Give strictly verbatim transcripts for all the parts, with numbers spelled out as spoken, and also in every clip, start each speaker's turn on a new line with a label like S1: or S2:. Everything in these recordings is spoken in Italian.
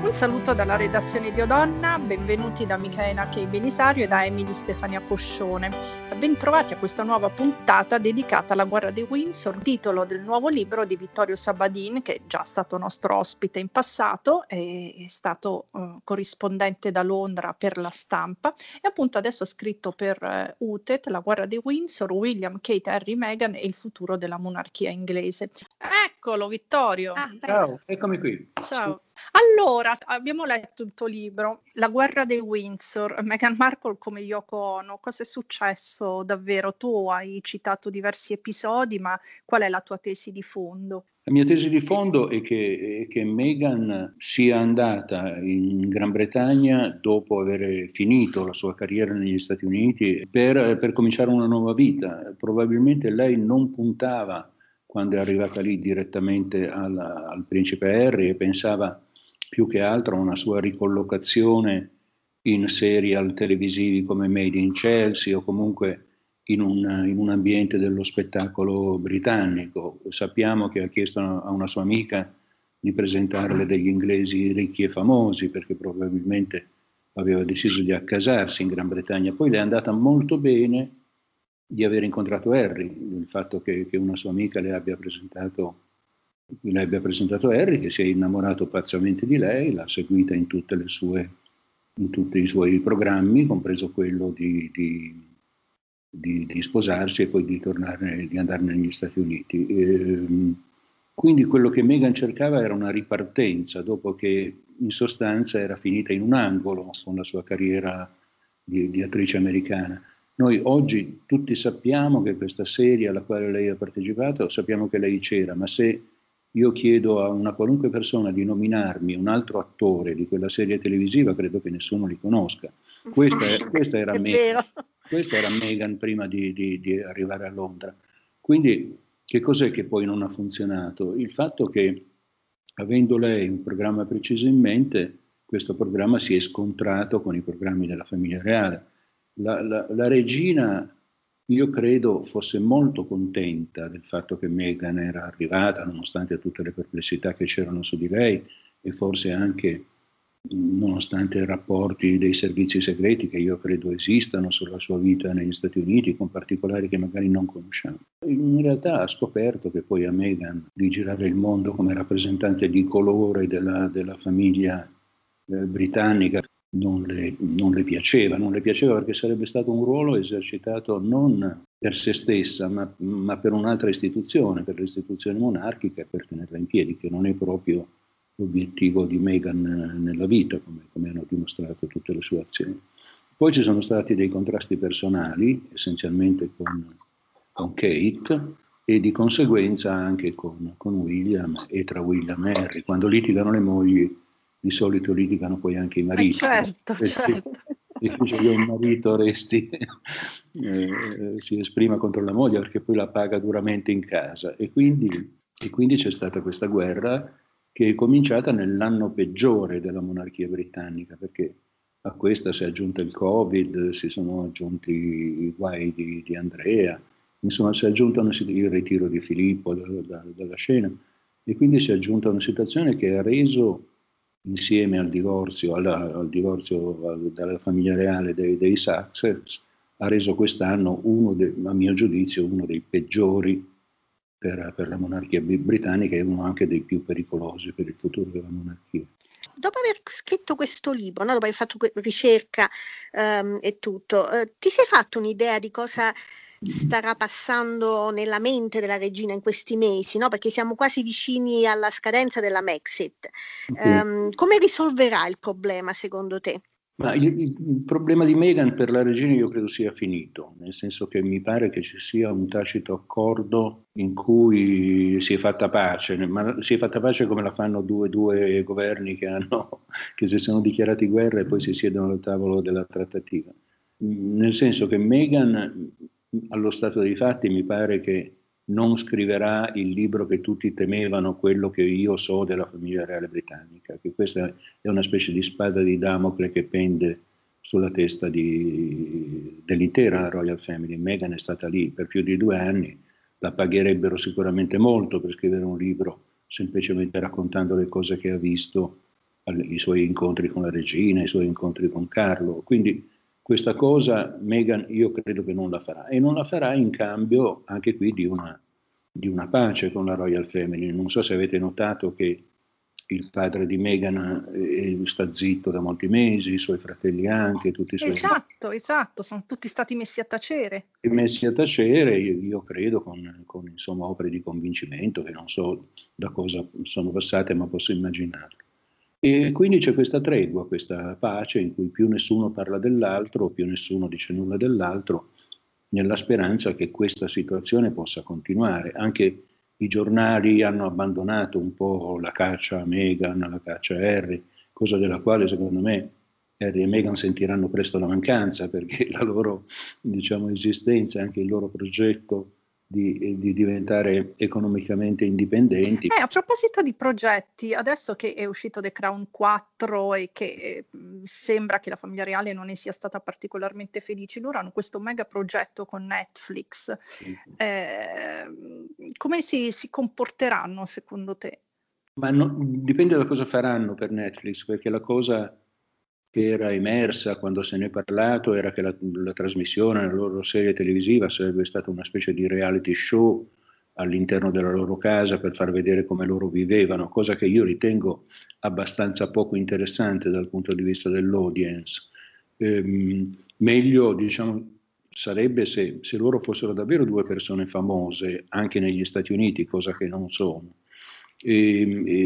S1: Un saluto dalla redazione di Odonna, benvenuti da Micaela Kei Belisario e da Emily Stefania Coscione. Bentrovati a questa nuova puntata dedicata alla guerra di Windsor, titolo del nuovo libro di Vittorio Sabadin, che è già stato nostro ospite in passato, è stato uh, corrispondente da Londra per La Stampa e appunto adesso ha scritto per uh, U T E T, La guerra di Windsor, William, Kate, Harry, Meghan e il futuro della monarchia inglese. Eccolo Vittorio!
S2: Ah,
S3: Ciao, eccomi qui.
S1: Ciao. Allora, abbiamo letto il tuo libro, La guerra dei Windsor, Meghan Markle come Yoko Ono. Cosa è successo davvero? Tu hai citato diversi episodi, ma qual è la tua tesi di fondo?
S3: La mia tesi di fondo è che, è che Meghan sia andata in Gran Bretagna dopo aver finito la sua carriera negli Stati Uniti per, per cominciare una nuova vita. Probabilmente lei non puntava, quando è arrivata lì, direttamente al, al principe Harry e pensava più che altro a una sua ricollocazione in serial televisivi come Made in Chelsea o comunque in un, in un ambiente dello spettacolo britannico. Sappiamo che ha chiesto a una sua amica di presentarle degli inglesi ricchi e famosi perché probabilmente aveva deciso di accasarsi in Gran Bretagna. Poi le è andata molto bene di aver incontrato Harry, il fatto che, che una sua amica le abbia presentato le abbia presentato Harry, che si è innamorato pazzamente di lei, l'ha seguita in tutte le sue in tutti i suoi programmi, compreso quello di, di, di, di sposarsi e poi di tornare, di andare negli Stati Uniti. E, quindi quello che Meghan cercava era una ripartenza, dopo che in sostanza era finita in un angolo con la sua carriera di, di attrice americana. Noi oggi tutti sappiamo che questa serie alla quale lei ha partecipato, sappiamo che lei c'era, ma se io chiedo a una qualunque persona di nominarmi un altro attore di quella serie televisiva, credo che nessuno li conosca. Questa, è, questa, era, Meghan, questa era Meghan prima di, di, di arrivare a Londra. Quindi che cos'è che poi non ha funzionato? Il fatto che, avendo lei un programma preciso in mente, questo programma si è scontrato con i programmi della famiglia reale. La, la, la regina, io credo, fosse molto contenta del fatto che Meghan era arrivata, nonostante tutte le perplessità che c'erano su di lei e forse anche nonostante i rapporti dei servizi segreti che io credo esistano sulla sua vita negli Stati Uniti, con particolari che magari non conosciamo. In realtà ha scoperto che poi a Meghan di girare il mondo come rappresentante di colore della, della famiglia eh, britannica Non le, non le piaceva, non le piaceva perché sarebbe stato un ruolo esercitato non per se stessa, ma, ma per un'altra istituzione, per l'istituzione monarchica e per tenerla in piedi, che non è proprio l'obiettivo di Meghan nella vita, come, come hanno dimostrato tutte le sue azioni. Poi ci sono stati dei contrasti personali, essenzialmente con, con Kate, e di conseguenza anche con, con William e tra William e Harry. Quando litigano le mogli, di solito litigano poi anche i mariti.
S1: Eh certo,
S3: eh,
S1: certo.
S3: Difficile che un marito resti, eh, si esprima contro la moglie perché poi la paga duramente in casa. E quindi, e quindi c'è stata questa guerra che è cominciata nell'anno peggiore della monarchia britannica, perché a questa si è aggiunto il Covid, si sono aggiunti i guai di, di Andrea, insomma si è aggiunto una, il ritiro di Filippo da, da, dalla scena, e quindi si è aggiunta una situazione che ha reso, insieme al divorzio, alla, al divorzio dalla famiglia reale dei, dei Sussex, ha reso quest'anno, uno de, a mio giudizio, uno dei peggiori per, per la monarchia britannica e uno anche dei più pericolosi per il futuro della monarchia.
S2: Dopo aver scritto questo libro, no, dopo aver fatto ricerca um, e tutto, uh, ti sei fatto un'idea di cosa starà passando nella mente della regina in questi mesi, no? Perché siamo quasi vicini alla scadenza della Brexit. Um, come risolverà il problema secondo te?
S3: Ma il, il problema di Meghan per la regina io credo sia finito, nel senso che mi pare che ci sia un tacito accordo in cui si è fatta pace, ma si è fatta pace come la fanno due, due governi che, hanno, che si sono dichiarati guerra e poi si siedono al tavolo della trattativa. Nel senso che Meghan, allo stato dei fatti, mi pare che non scriverà il libro che tutti temevano, quello che io so della famiglia reale britannica, che questa è una specie di spada di Damocle che pende sulla testa di, dell'intera Royal Family. Meghan è stata lì per più di due anni, la pagherebbero sicuramente molto per scrivere un libro semplicemente raccontando le cose che ha visto i suoi incontri con la regina, i suoi incontri con Carlo. Quindi questa cosa Meghan io credo che non la farà, e non la farà in cambio anche qui di una, di una pace con la Royal Family. Non so se avete notato che il padre di Meghan eh, sta zitto da molti mesi, i suoi fratelli anche, tutti i suoi...
S1: Esatto, esatto, sono tutti stati messi a tacere.
S3: Messi a tacere, io, io credo, con, con insomma, opere di convincimento, che non so da cosa sono passate, ma posso immaginarlo. E quindi c'è questa tregua, questa pace in cui più nessuno parla dell'altro, più nessuno dice nulla dell'altro, nella speranza che questa situazione possa continuare. Anche i giornali hanno abbandonato un po' la caccia a Meghan, la caccia a Harry, cosa della quale secondo me Harry e Meghan sentiranno presto la mancanza, perché la loro, diciamo, esistenza e anche il loro progetto Di, di diventare economicamente indipendenti.
S1: Eh, a proposito di progetti, adesso che è uscito The Crown quattro e che eh, sembra che la famiglia reale non ne sia stata particolarmente felice, loro hanno questo mega progetto con Netflix. Eh, come si, si comporteranno secondo te?
S3: Ma no, dipende da cosa faranno per Netflix, perché la cosa che era emersa quando se ne è parlato era che la, la trasmissione, la loro serie televisiva sarebbe stata una specie di reality show all'interno della loro casa per far vedere come loro vivevano, cosa che io ritengo abbastanza poco interessante dal punto di vista dell'audience. Ehm, meglio, diciamo, sarebbe se, se loro fossero davvero due persone famose anche negli Stati Uniti, cosa che non sono. E,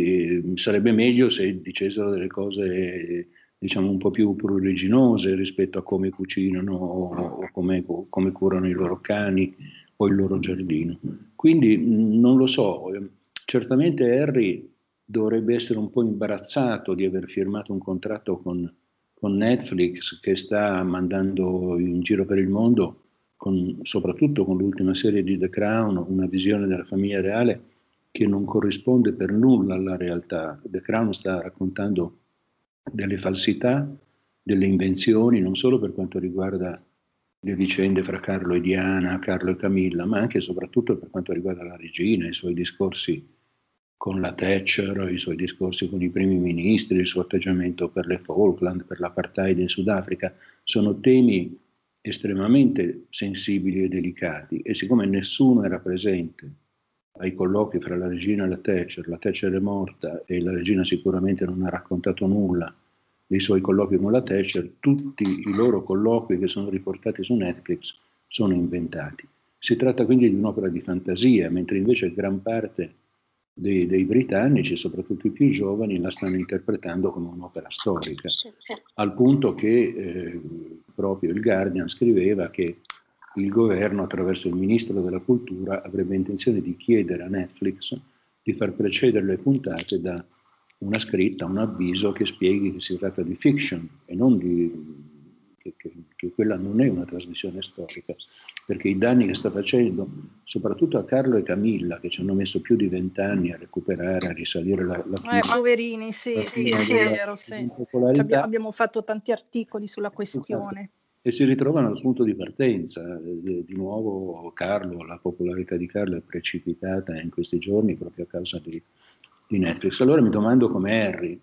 S3: e sarebbe meglio se dicessero delle cose, diciamo, un po' più pruriginose rispetto a come cucinano o, o come, come curano i loro cani o il loro giardino. Quindi non lo so, certamente Harry dovrebbe essere un po' imbarazzato di aver firmato un contratto con, con Netflix, che sta mandando in giro per il mondo, con, soprattutto con l'ultima serie di The Crown, una visione della famiglia reale che non corrisponde per nulla alla realtà. The Crown sta raccontando delle falsità, delle invenzioni, non solo per quanto riguarda le vicende fra Carlo e Diana, Carlo e Camilla, ma anche e soprattutto per quanto riguarda la regina, i suoi discorsi con la Thatcher, i suoi discorsi con i primi ministri, il suo atteggiamento per le Falkland, per l'apartheid in Sudafrica. Sono temi estremamente sensibili e delicati, e siccome nessuno era presente ai colloqui fra la regina e la Thatcher, la Thatcher è morta e la regina sicuramente non ha raccontato nulla dei suoi colloqui con la Thatcher, tutti i loro colloqui che sono riportati su Netflix sono inventati. Si tratta quindi di un'opera di fantasia, mentre invece gran parte dei, dei britannici, soprattutto i più giovani, la stanno interpretando come un'opera storica, al punto che eh, proprio il Guardian scriveva che il governo, attraverso il ministro della cultura, avrebbe intenzione di chiedere a Netflix di far precedere le puntate da una scritta, un avviso che spieghi che si tratta di fiction e non di, che, che, che quella non è una trasmissione storica, perché i danni che sta facendo, soprattutto a Carlo e Camilla, che ci hanno messo più di vent'anni a recuperare, a risalire la, la
S1: eh, poverini, sì, sì, è vero, sì. Abbiamo fatto tanti articoli sulla questione.
S3: E si ritrovano al punto di partenza. Di nuovo Carlo, la popolarità di Carlo è precipitata in questi giorni proprio a causa di, di Netflix. Allora mi domando come Harry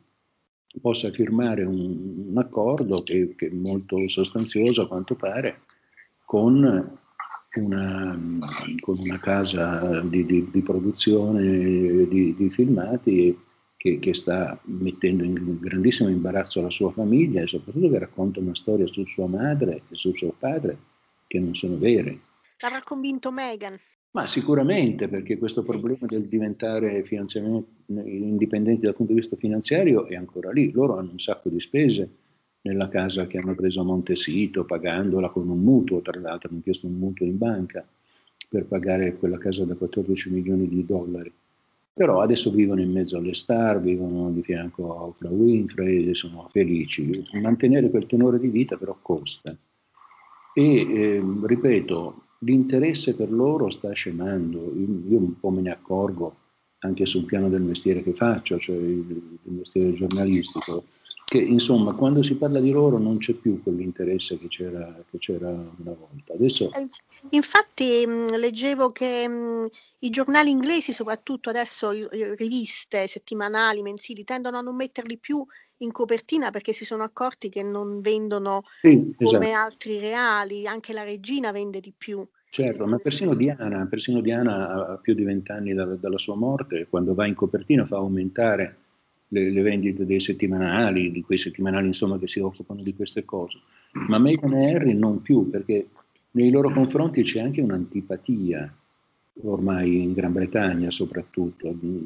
S3: possa firmare un, un accordo che, che è molto sostanzioso a quanto pare con una, con una casa di, di, di produzione di, di filmati Che, che sta mettendo in grandissimo imbarazzo la sua famiglia, e soprattutto che racconta una storia su sua madre e su suo padre che non sono vere.
S2: L'avrà convinto Meghan?
S3: Ma sicuramente, perché questo problema del diventare indipendenti dal punto di vista finanziario è ancora lì. Loro hanno un sacco di spese nella casa che hanno preso a Montecito, pagandola con un mutuo, tra l'altro hanno chiesto un mutuo in banca per pagare quella casa da quattordici milioni di dollari. Però adesso vivono in mezzo alle star, vivono di fianco a Oprah Winfrey, sono felici. Mantenere quel tenore di vita però costa. E, eh, ripeto, l'interesse per loro sta scemando. Io, io un po' me ne accorgo anche sul piano del mestiere che faccio, cioè il, il mestiere giornalistico, che insomma quando si parla di loro non c'è più quell'interesse che c'era, che c'era una volta. Adesso
S2: Infatti mh, leggevo che mh, i giornali inglesi, soprattutto adesso i- i- riviste settimanali, mensili, tendono a non metterli più in copertina perché si sono accorti che non vendono
S3: Sì,
S2: come
S3: esatto.
S2: altri reali, anche la regina vende di più le
S3: Certo, ma persino
S2: copertine.
S3: Diana, persino Diana ha ha più di vent'anni dalla, dalla sua morte, quando va in copertina fa aumentare le, le vendite dei settimanali, di quei settimanali insomma che si occupano di queste cose. Ma Meghan e Harry non più, perché nei loro confronti c'è anche un'antipatia, ormai in Gran Bretagna soprattutto.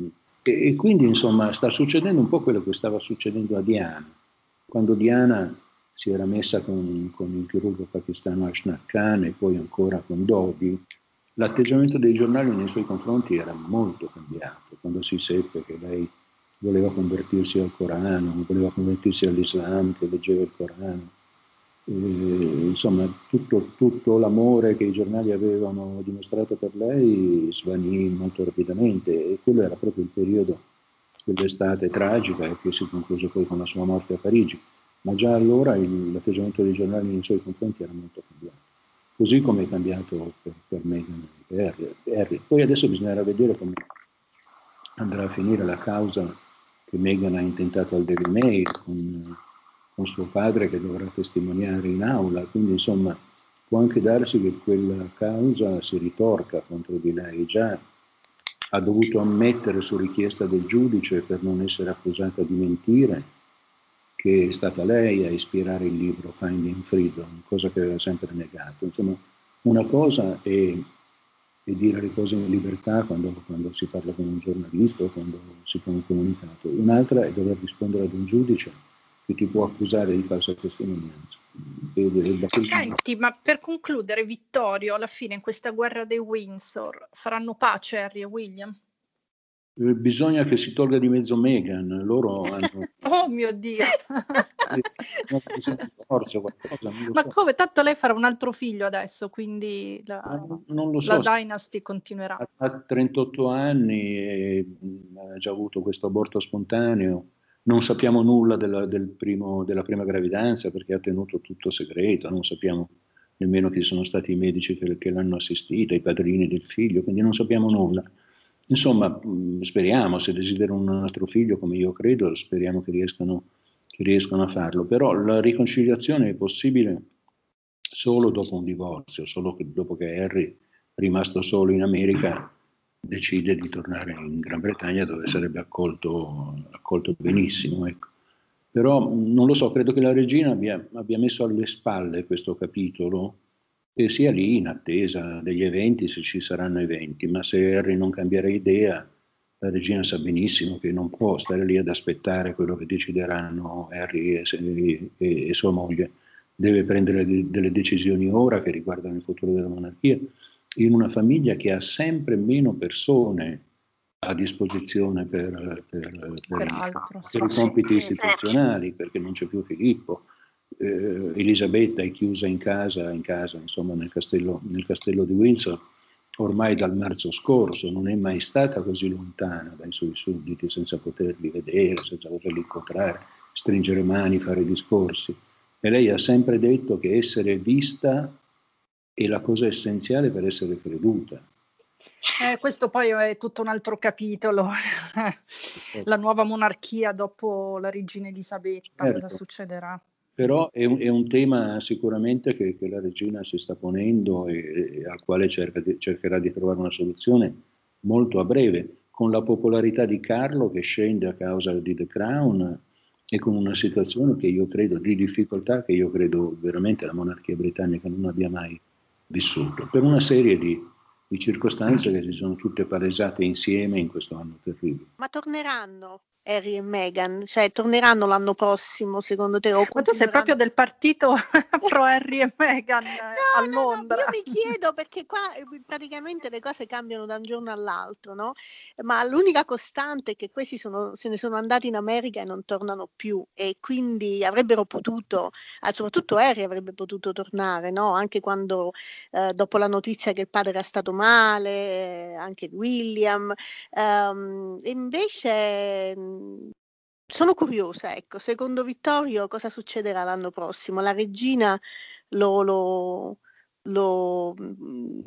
S3: E, e quindi insomma sta succedendo un po' quello che stava succedendo a Diana. Quando Diana si era messa con, con il chirurgo pakistano Ashraf Khan e poi ancora con Dodi, l'atteggiamento dei giornali nei suoi confronti era molto cambiato. Quando si seppe che lei voleva convertirsi al Corano, voleva convertirsi all'Islam, che leggeva il Corano, eh, insomma tutto, tutto l'amore che i giornali avevano dimostrato per lei svanì molto rapidamente e quello era proprio il periodo dell'estate tragica e che si concluse poi con la sua morte a Parigi, ma già allora il, l'atteggiamento dei giornali nei suoi confronti era molto cambiato, così come è cambiato per, per Meghan e per Harry. Harry. Poi adesso bisognerà vedere come andrà a finire la causa che Meghan ha intentato al Daily Mail con, con suo padre che dovrà testimoniare in aula, quindi insomma può anche darsi che quella causa si ritorca contro di lei. Già ha dovuto ammettere su richiesta del giudice per non essere accusata di mentire che è stata lei a ispirare il libro Finding Freedom, cosa che aveva sempre negato. Insomma, una cosa è, è dire le cose in libertà quando, quando si parla con un giornalista o quando si fa un comunicato, un'altra è dover rispondere ad un giudice che ti può accusare di falsa testimonianza. E, e da quel...
S1: Senti, ma per concludere, Vittorio, alla fine in questa guerra dei Windsor faranno pace Harry e William?
S3: Bisogna che si tolga di mezzo Meghan, loro hanno...
S1: Oh mio Dio!
S3: un divorzio, qualcosa, non lo
S1: Ma
S3: so.
S1: come? Tanto lei farà un altro figlio adesso, quindi la,
S3: Non, non lo
S1: la
S3: so,
S1: Dynasty continuerà.
S3: ha, ha trentotto anni e mh, ha già avuto questo aborto spontaneo. Non sappiamo nulla della, del primo, della prima gravidanza perché ha tenuto tutto segreto, non sappiamo nemmeno chi sono stati i medici che, che l'hanno assistita, i padrini del figlio, quindi non sappiamo nulla. Insomma, mh, speriamo, se desiderano un altro figlio, come io credo, speriamo che riescano, che riescano a farlo. Però la riconciliazione è possibile solo dopo un divorzio, solo che, dopo che Harry, rimasto solo in America, decide di tornare in Gran Bretagna dove sarebbe accolto, accolto benissimo. Ecco. Però non lo so, credo che la regina abbia, abbia messo alle spalle questo capitolo e sia lì in attesa degli eventi, se ci saranno eventi, ma se Harry non cambierà idea, la regina sa benissimo che non può stare lì ad aspettare quello che decideranno Harry e, e, e sua moglie. Deve prendere de, delle decisioni ora che riguardano il futuro della monarchia, in una famiglia che ha sempre meno persone a disposizione per, per, per,
S1: Peraltro,
S3: per
S1: sì.
S3: i compiti istituzionali, perché non c'è più Filippo. Eh, Elisabetta è chiusa in casa, in casa insomma, nel castello, nel castello di Windsor, ormai dal marzo scorso, non è mai stata così lontana dai suoi sudditi senza poterli vedere, senza poterli incontrare, stringere mani, fare discorsi. E lei ha sempre detto che essere vista è la cosa essenziale per essere creduta.
S1: Eh, questo poi è tutto un altro capitolo. La nuova monarchia dopo la regina Elisabetta,
S3: Certo,
S1: cosa succederà?
S3: però è un, è un tema sicuramente che, che la regina si sta ponendo e, e al quale cerca di, cercherà di trovare una soluzione molto a breve, con la popolarità di Carlo che scende a causa di The Crown e con una situazione che io credo di difficoltà che io credo veramente la monarchia britannica non abbia mai vissuto, per una serie di, di circostanze che si sono tutte palesate insieme in questo anno terribile.
S2: Ma torneranno Harry e Meghan? Cioè torneranno l'anno prossimo secondo te? O
S1: Ma tu sei proprio
S2: continueranno?
S1: del partito pro Harry e Meghan a
S2: No, no, no,
S1: Londra.
S2: io mi chiedo perché qua eh, praticamente le cose cambiano da un giorno all'altro, no? Ma l'unica costante è che questi sono, se ne sono andati in America e non tornano più e quindi avrebbero potuto, ah, soprattutto Harry avrebbe potuto tornare, no? Anche quando, eh, dopo la notizia che il padre era stato male, eh, anche William, um, e invece... Mh, sono curiosa, ecco, secondo Vittorio cosa succederà l'anno prossimo? La regina lo, lo, lo,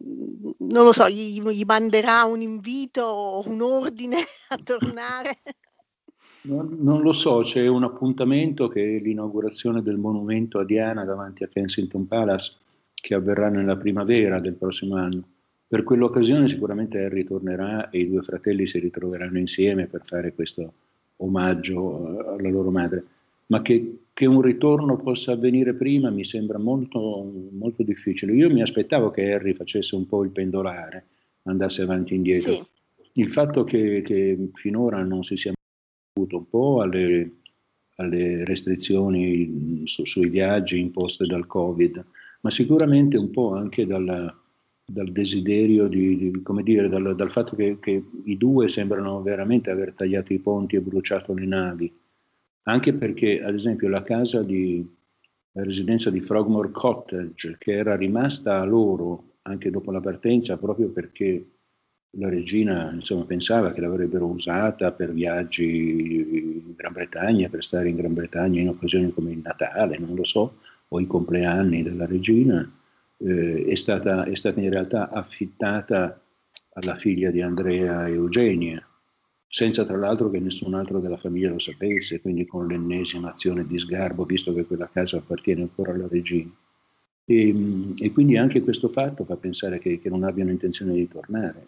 S2: non lo so, gli, gli manderà un invito o un ordine a tornare?
S3: Non, non lo so, c'è un appuntamento che è l'inaugurazione del monumento a Diana davanti a Kensington Palace, che avverrà nella primavera del prossimo anno. Per quell'occasione sicuramente Harry tornerà e i due fratelli si ritroveranno insieme per fare questo omaggio eh, alla loro madre. Ma che, che un ritorno possa avvenire prima mi sembra molto, molto difficile. Io mi aspettavo che Harry facesse un po' il pendolare, andasse avanti e indietro.
S2: Sì,
S3: Il fatto che, che finora non si sia avuto un po' alle, alle restrizioni su, sui viaggi imposte dal Covid, ma sicuramente un po' anche dalla, dal desiderio di, di come dire, dal, dal fatto che, che i due sembrano veramente aver tagliato i ponti e bruciato le navi, anche perché ad esempio la casa di la residenza di Frogmore Cottage, che era rimasta a loro anche dopo la partenza, proprio perché la regina insomma, pensava che l'avrebbero usata per viaggi in Gran Bretagna, per stare in Gran Bretagna in occasioni come il Natale, non lo so, o i compleanni della regina, eh, è, stata, è stata in realtà affittata alla figlia di Andrea Eugenia, senza tra l'altro che nessun altro della famiglia lo sapesse, quindi con l'ennesima azione di sgarbo, visto che quella casa appartiene ancora alla regina. E, e quindi anche questo fatto fa pensare che, che non abbiano intenzione di tornare.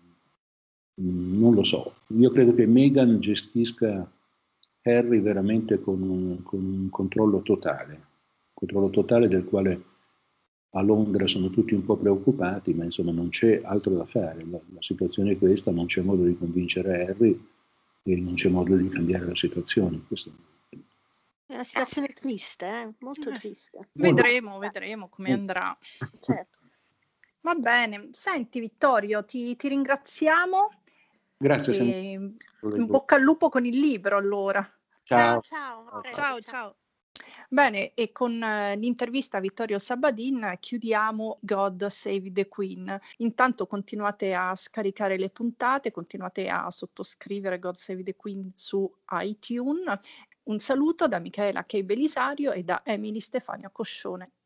S3: Non lo so, io credo che Meghan gestisca Harry veramente con un, con un controllo totale, controllo totale del quale a Londra sono tutti un po' preoccupati, ma insomma non c'è altro da fare, la, la situazione è questa, non c'è modo di convincere Harry e non c'è modo di cambiare la situazione. Questo
S2: è una situazione triste, eh? Molto
S1: Eh,
S2: triste.
S1: vedremo, vedremo come andrà.
S2: Certo.
S1: Va bene, senti Vittorio, ti, ti ringraziamo
S3: Grazie, siamo
S1: e in bocca al lupo con il libro allora.
S2: Ciao,
S3: Ciao.
S2: ciao, a presto,
S1: Ciao, ciao. Bene, e con eh, l'intervista a Vittorio Sabadin chiudiamo God Save the Queen. Intanto continuate a scaricare le puntate, continuate a sottoscrivere God Save the Queen su iTunes. Un saluto da Michaela Kei Belisario e da Emily Stefania Coscione.